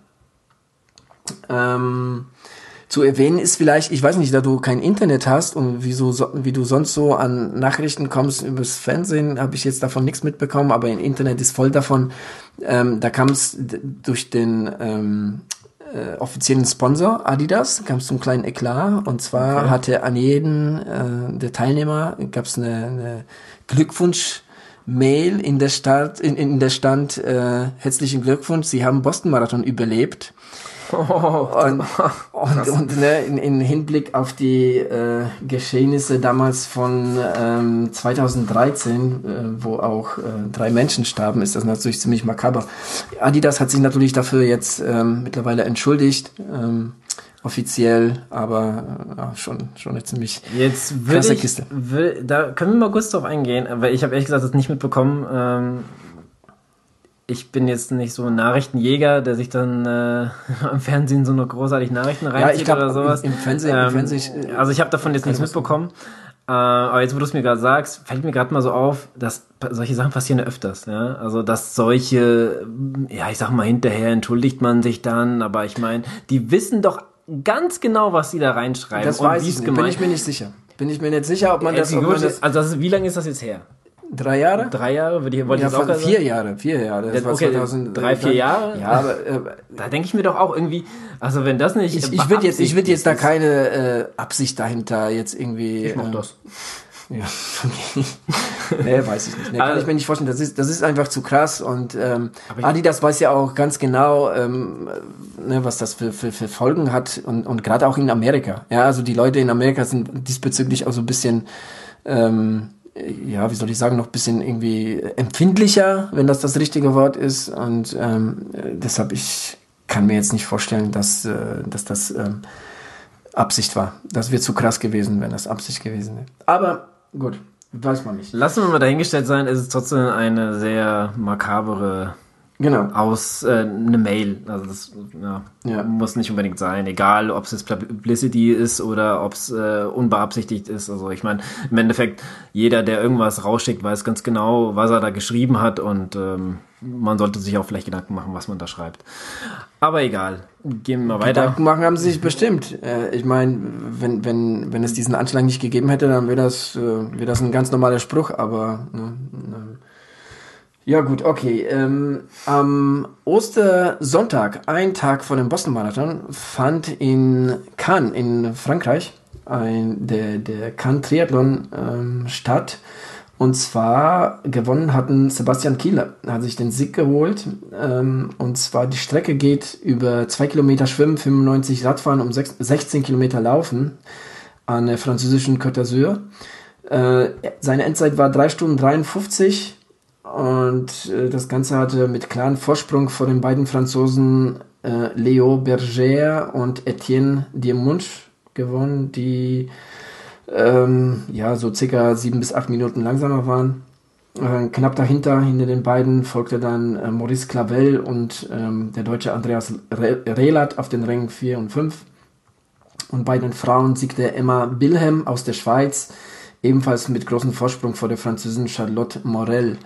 Zu erwähnen ist vielleicht, ich weiß nicht, da du kein Internet hast und wie du sonst so an Nachrichten kommst übers Fernsehen, habe ich jetzt davon nichts mitbekommen, aber im Internet ist voll davon. Da kam es durch den offiziellen Sponsor Adidas, kam es zum kleinen Eklat, und zwar hatte an jeden der Teilnehmer gab es eine Glückwunsch-Mail, in der stand herzlichen Glückwunsch, Sie haben Boston-Marathon überlebt. Und ne, in Hinblick auf die Geschehnisse damals von 2013, wo auch 3 Menschen starben, ist das natürlich ziemlich makaber. Adidas hat sich natürlich dafür jetzt mittlerweile entschuldigt, offiziell, aber schon eine ziemlich krasse Kiste. Da können wir mal kurz drauf eingehen, weil ich habe ehrlich gesagt das nicht mitbekommen. Ich bin jetzt nicht so ein Nachrichtenjäger, der sich dann am Fernsehen so nur großartig Nachrichten reinzieht oder sowas. Im Fernsehen. Also ich habe davon jetzt nichts mitbekommen. Aber jetzt, wo du es mir gerade sagst, fällt mir gerade mal so auf, dass solche Sachen passieren ja öfters. Ja? Also dass solche, ja, ich sag mal, hinterher entschuldigt man sich dann, aber ich meine, die wissen doch ganz genau, was sie da reinschreiben. Das weiß ich nicht, bin ich mir nicht sicher. Bin ich mir nicht sicher, ob man das... Wie lange ist das jetzt her? 3 Jahre? 3 Jahre, wollte ich jetzt auch sagen? 4 Jahre. Das war 3, 4 Jahre? Ja, aber... da denke ich mir doch auch irgendwie, also wenn das nicht... Ich würde jetzt da keine Absicht dahinter jetzt irgendwie... Ich mach das. Ja, okay. Nee, weiß ich nicht. Nee, kann ich mir nicht vorstellen. Das ist einfach zu krass, und Adidas weiß ja auch ganz genau, was das für Folgen hat, und gerade auch in Amerika. Ja, also die Leute in Amerika sind diesbezüglich auch so ein bisschen... wie soll ich sagen, noch ein bisschen irgendwie empfindlicher, wenn das richtige Wort ist. Und deshalb, ich kann mir jetzt nicht vorstellen, dass das Absicht war. Das wäre zu krass gewesen, wenn das Absicht gewesen wäre. Aber gut, weiß man nicht. Lassen wir mal dahingestellt sein, es ist trotzdem eine sehr makabere eine Mail. Also das muss nicht unbedingt sein, egal ob es jetzt Publicity ist oder ob es unbeabsichtigt ist. Also ich meine, im Endeffekt, jeder, der irgendwas rausschickt, weiß ganz genau, was er da geschrieben hat, und man sollte sich auch vielleicht Gedanken machen, was man da schreibt. Aber egal, gehen wir mal weiter. Gedanken machen haben sie sich bestimmt. Ich meine, wenn es diesen Anschlag nicht gegeben hätte, dann wäre das ein ganz normaler Spruch, aber ja gut, okay. Am Ostersonntag, ein Tag vor dem Boston-Marathon, fand in Cannes in Frankreich der Cannes Triathlon statt. Und zwar gewonnen hatten Sebastian Kienle, hat sich den Sieg geholt. Und zwar die Strecke geht über 2 Kilometer Schwimmen, 95 Radfahren, 16 Kilometer Laufen an der französischen Côte d'Azur. Seine Endzeit war 3 Stunden 53. Und das Ganze hatte mit klarem Vorsprung vor den beiden Franzosen Léo Berger und Etienne Diemunch gewonnen, die so circa 7 bis 8 Minuten langsamer waren. Knapp dahinter, hinter den beiden, folgte dann Maurice Clavel und der Deutsche Andreas Relat auf den Rängen 4 und 5. Und bei den Frauen siegte Emma Bilhem aus der Schweiz, ebenfalls mit großem Vorsprung vor der Französin Charlotte Morel.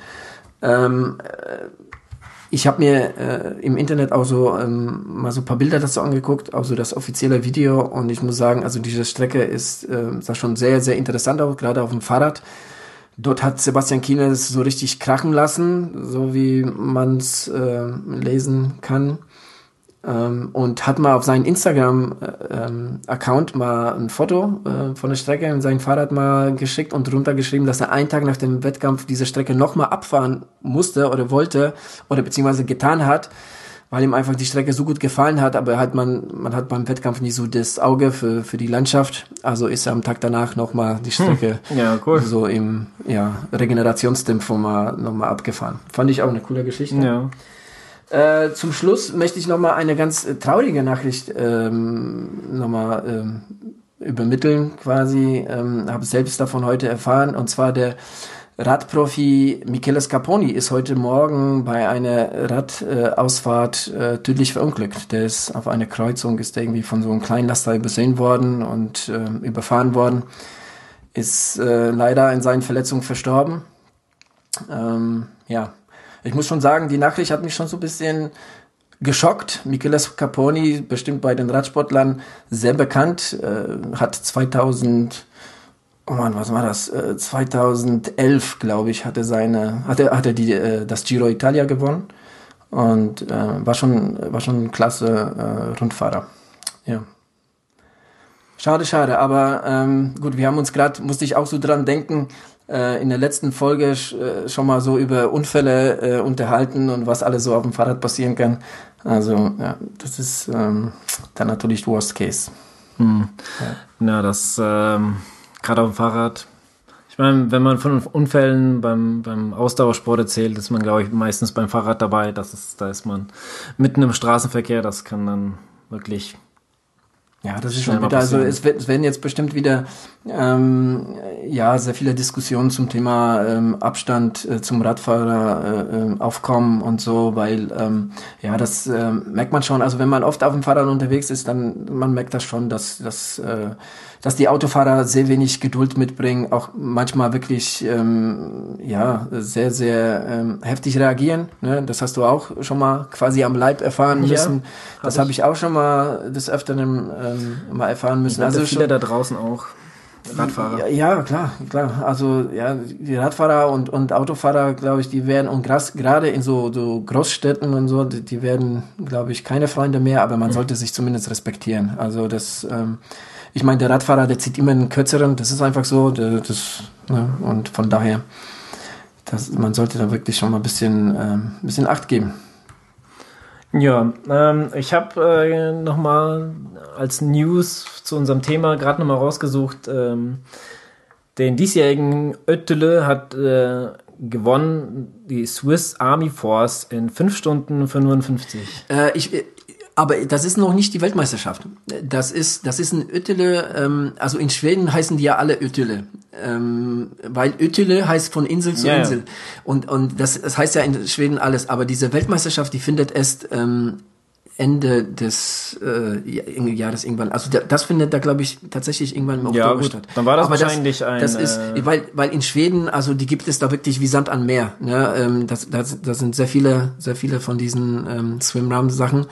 Ich habe mir im Internet auch so mal so ein paar Bilder dazu angeguckt, auch so das offizielle Video, und ich muss sagen, also diese Strecke sah schon sehr, sehr interessant aus, gerade auf dem Fahrrad. Dort hat Sebastian Kienle es so richtig krachen lassen, so wie man es lesen kann. Und hat mal auf seinen Instagram-Account mal ein Foto von der Strecke in sein Fahrrad mal geschickt und drunter geschrieben, dass er einen Tag nach dem Wettkampf diese Strecke nochmal abfahren musste oder wollte oder beziehungsweise getan hat, weil ihm einfach die Strecke so gut gefallen hat, aber man hat beim Wettkampf nicht so das Auge für die Landschaft, also ist er am Tag danach nochmal die Strecke so im Regenerationstempo nochmal abgefahren. Fand ich auch eine coole Geschichte. Ja. Zum Schluss möchte ich nochmal eine ganz traurige Nachricht übermitteln quasi. Habe selbst davon heute erfahren. Und zwar der Radprofi Michele Scarponi ist heute Morgen bei einer Radausfahrt tödlich verunglückt. Der ist auf einer Kreuzung, ist irgendwie von so einem Kleinlaster übersehen worden und überfahren worden. Ist leider in seinen Verletzungen verstorben. Ja, ich muss schon sagen, die Nachricht hat mich schon so ein bisschen geschockt. Michele Scarponi, bestimmt bei den Radsportlern sehr bekannt, hat 2011, glaube ich, hat er das Giro Italia gewonnen und war schon ein klasse Rundfahrer. Ja. Schade, aber gut, wir haben uns musste ich auch so dran denken, in der letzten Folge schon mal so über Unfälle unterhalten und was alles so auf dem Fahrrad passieren kann. Also, ja, das ist dann natürlich Worst Case. Ja, das gerade auf dem Fahrrad. Ich meine, wenn man von Unfällen beim Ausdauersport erzählt, ist man, glaube ich, meistens beim Fahrrad dabei. Da ist man mitten im Straßenverkehr. Das kann dann wirklich... Ja, das ist schon wieder, also es werden jetzt bestimmt wieder sehr viele Diskussionen zum Thema Abstand zum Radfahrer aufkommen und so, weil das merkt man schon, also wenn man oft auf dem Fahrrad unterwegs ist, dann man merkt das schon, dass die Autofahrer sehr wenig Geduld mitbringen, auch manchmal wirklich sehr, sehr heftig reagieren. Ne? Das hast du auch schon mal quasi am Leib erfahren müssen. Das habe ich auch schon mal des Öfteren mal erfahren müssen. Also viele da draußen auch Radfahrer. Ja, klar. Also ja, die Radfahrer und Autofahrer, glaube ich, die werden, und gerade in so Großstädten und so, die werden, glaube ich, keine Freunde mehr, aber man sollte sich zumindest respektieren. Also das, ich meine, der Radfahrer, der zieht immer einen kürzeren, das ist einfach so, und von daher, man sollte da wirklich schon mal ein bisschen Acht geben. Ja, ich habe nochmal als News zu unserem Thema gerade nochmal rausgesucht, den diesjährigen Öttele hat gewonnen, die Swiss Army Force in 5 Stunden 55. Aber das ist noch nicht die Weltmeisterschaft. Das ist ein Öttele, also in Schweden heißen die ja alle Öttele. Weil Öttele heißt von Insel zu Insel. Ja. Und das heißt ja in Schweden alles. Aber diese Weltmeisterschaft, die findet erst Ende des Jahres irgendwann. Also das findet da, glaube ich, tatsächlich irgendwann im Oktober statt. Dann war das wahrscheinlich das ist, weil in Schweden, also die gibt es da wirklich wie Sand an Meer. Ne? Das sind sehr viele von diesen Swimrun-Sachen.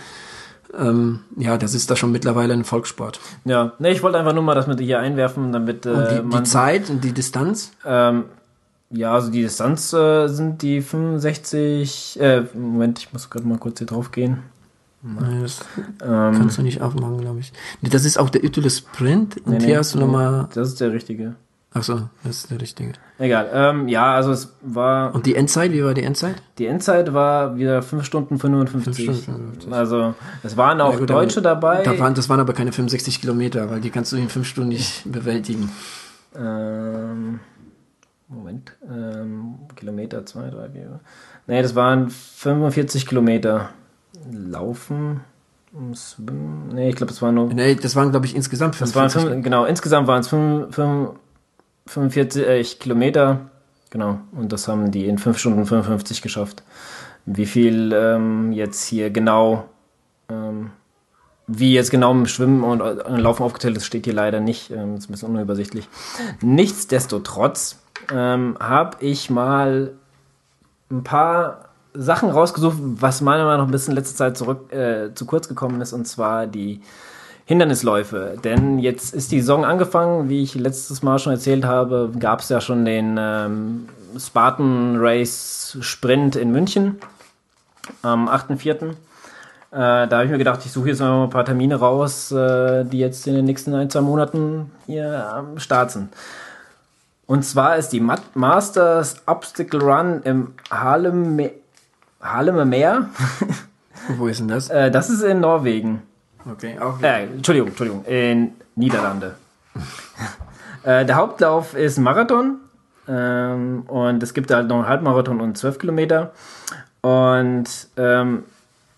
Das ist da schon mittlerweile ein Volkssport. Ja, ich wollte einfach nur mal das mit hier einwerfen, damit und die Zeit und die Distanz? Also die Distanz sind die 65, Moment, ich muss gerade mal kurz hier drauf gehen. Das kannst du nicht aufmachen, glaube ich. Das ist auch der Öttele Sprint und hier hast du nochmal... Das ist der richtige. Ach so, das ist der richtige. Egal, also es war... Und die Endzeit, wie war die Endzeit? Die Endzeit war wieder 5 Stunden 55. 5 Stunden 55. Also es waren auch Deutsche dabei. Das waren aber keine 65 Kilometer, weil die kannst du in 5 Stunden nicht bewältigen. Moment. Kilometer, 2, 3, 4. Nee, das waren 45 Kilometer. Laufen... Swim, ich glaube, es war nur... Nee, das waren, glaube ich, insgesamt 45. Insgesamt waren es 45 Kilometer, genau, und das haben die in 5 Stunden 55 geschafft. Wie viel jetzt hier genau, wie jetzt genau im Schwimmen und Laufen aufgeteilt ist, steht hier leider nicht, ist ein bisschen unübersichtlich. Nichtsdestotrotz habe ich mal ein paar Sachen rausgesucht, was meiner Meinung nach ein bisschen in letzter Zeit zu kurz gekommen ist, und zwar die Hindernisläufe. Denn jetzt ist die Saison angefangen, wie ich letztes Mal schon erzählt habe, gab es ja schon den Spartan Race Sprint in München am 8.4. Da habe ich mir gedacht, ich suche jetzt mal ein paar Termine raus, die jetzt in den nächsten 1-2 Monaten hier am Start sind. Und zwar ist die Masters Obstacle Run im Haarlemmer Meer. Wo ist denn das? Das ist in Norwegen. Okay, auch. Entschuldigung, in Niederlande. Der Hauptlauf ist ein Marathon. Und es gibt halt noch einen Halbmarathon und 12 Kilometer. Und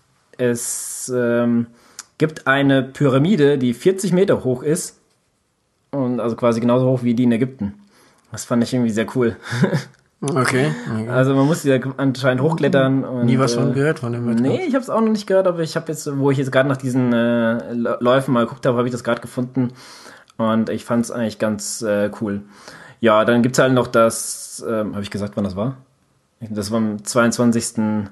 es gibt eine Pyramide, die 40 Meter hoch ist. und also quasi genauso hoch wie die in Ägypten. Das fand ich irgendwie sehr cool. Okay. Also man muss ja anscheinend hochklettern. Und, Nie was von gehört von dem Wettkampf? Nee, ich habe es auch noch nicht gehört, aber ich habe jetzt, wo ich jetzt gerade nach diesen Läufen mal geguckt habe ich das gerade gefunden und ich fand es eigentlich ganz cool. Ja, dann gibt's halt noch das, habe ich gesagt, wann das war? Das war am 22.04.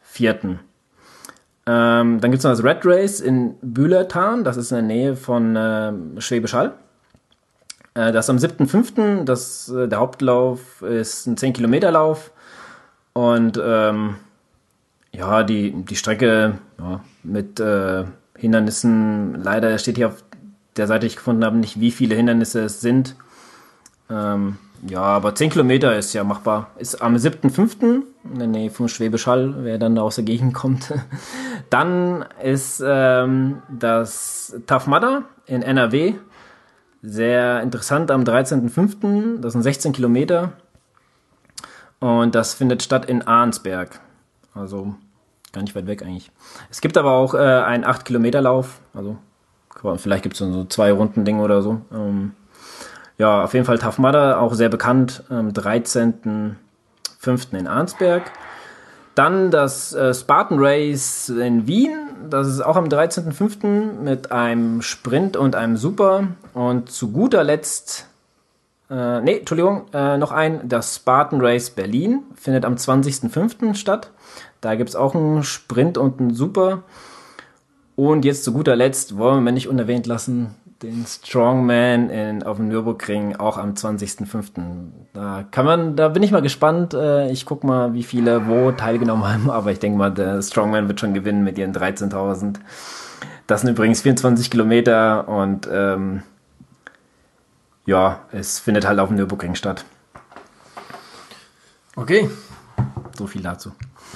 Dann gibt's noch das Red Race in Bühlertan, das ist in der Nähe von Schwäbisch Hall. Das ist am 7.5., der Hauptlauf ist ein 10-Kilometer-Lauf und ja, die Strecke mit Hindernissen, leider steht hier auf der Seite, die ich gefunden habe, nicht, wie viele Hindernisse es sind. Ja, aber 10 Kilometer ist ja machbar. Ist am 7.5. in der Nähe von Schwäbisch Hall, wer dann da aus der Gegend kommt. Dann ist das Tough Mudder in NRW. Sehr interessant am 13.05. Das sind 16 Kilometer. Und das findet statt in Arnsberg. Also gar nicht weit weg eigentlich. Es gibt aber auch einen 8-Kilometer-Lauf. Also vielleicht gibt es so 2 Runden-Ding oder so. Ja, auf jeden Fall Tough Mudder, auch sehr bekannt. Am 13.05. in Arnsberg. Dann das Spartan Race in Wien. Das ist auch am 13.05. mit einem Sprint und einem Super. Und zu guter Letzt, noch das Spartan Race Berlin findet am 20.05. statt. Da gibt es auch einen Sprint und einen Super. Und jetzt zu guter Letzt wollen wir nicht unerwähnt lassen, den Strongman auf dem Nürburgring auch am 20.05. Da bin ich mal gespannt. Ich guck mal, wie viele wo teilgenommen haben, aber ich denke mal, der Strongman wird schon gewinnen mit ihren 13.000. Das sind übrigens 24 Kilometer und ja, es findet halt auf dem Nürburgring statt. Okay. So viel dazu.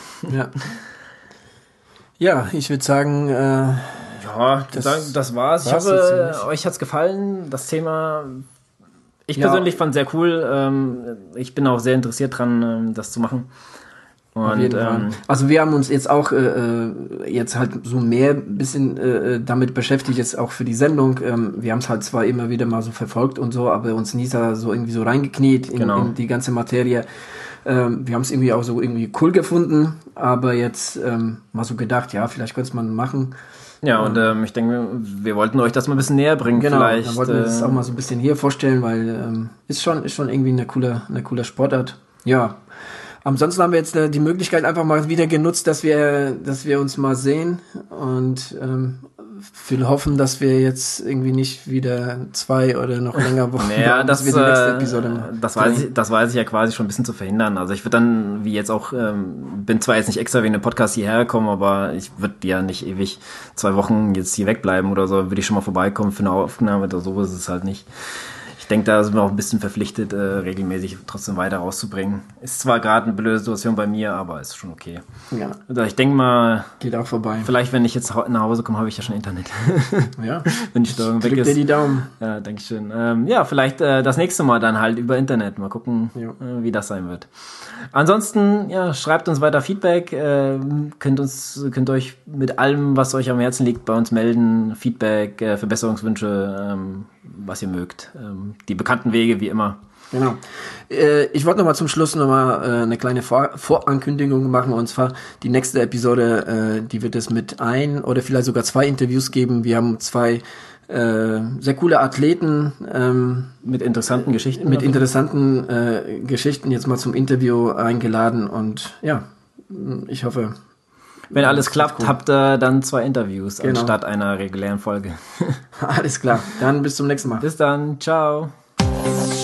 Ja, ich würde sagen, ja, das war's. Ich hoffe, euch hat's gefallen. Das Thema, ich persönlich fand sehr cool. Ich bin auch sehr interessiert dran, das zu machen. Und, also wir haben uns jetzt auch jetzt halt so mehr ein bisschen damit beschäftigt, jetzt auch für die Sendung. Wir haben es halt zwar immer wieder mal so verfolgt und so, aber uns nie so irgendwie so reingekniet in die ganze Materie. Wir haben es irgendwie auch so irgendwie cool gefunden, aber jetzt mal so gedacht, ja, vielleicht könnte es man machen. Ja, und ich denke, wir wollten euch das mal ein bisschen näher bringen. Genau, vielleicht. Dann wollten wir das auch mal so ein bisschen hier vorstellen, weil ist schon irgendwie eine coole Sportart. Ja, ansonsten haben wir jetzt die Möglichkeit einfach mal wieder genutzt, dass wir uns mal sehen und will hoffen, dass wir jetzt irgendwie nicht wieder 2 oder noch länger Wochen brauchen, dass wir die nächste Episode machen. Das weiß ich ja quasi schon ein bisschen zu verhindern. Also ich würde dann, wie jetzt auch, bin zwar jetzt nicht extra wegen dem Podcast hierher gekommen, aber ich würde ja nicht ewig 2 Wochen jetzt hier wegbleiben oder so, würde ich schon mal vorbeikommen für eine Aufnahme oder so, ist es halt nicht. Ich denke, da sind wir auch ein bisschen verpflichtet, regelmäßig trotzdem weiter rauszubringen. Ist zwar gerade eine blöde Situation bei mir, aber ist schon okay. Ja. Also ich denke mal... Geht auch vorbei. Vielleicht, wenn ich jetzt nach Hause komme, habe ich ja schon Internet. Ja. Wenn die Steuerung weg ist. Drück dir die Daumen. Ja, danke schön. Ja, vielleicht das nächste Mal dann halt über Internet. Mal gucken, wie das sein wird. Ansonsten, ja, schreibt uns weiter Feedback. Könnt euch mit allem, was euch am Herzen liegt, bei uns melden. Feedback, Verbesserungswünsche, was ihr mögt. Die bekannten Wege, wie immer. Genau. Ich wollte nochmal zum Schluss eine kleine Vorankündigung machen, und zwar die nächste Episode, die wird es mit 1 oder vielleicht sogar 2 Interviews geben. Wir haben 2 sehr coole Athleten mit interessanten Geschichten. Geschichten jetzt mal zum Interview eingeladen, und ja, ich hoffe, wenn alles klappt, cool. Habt ihr dann 2 Interviews anstatt einer regulären Folge. Alles klar, dann bis zum nächsten Mal. Bis dann, ciao.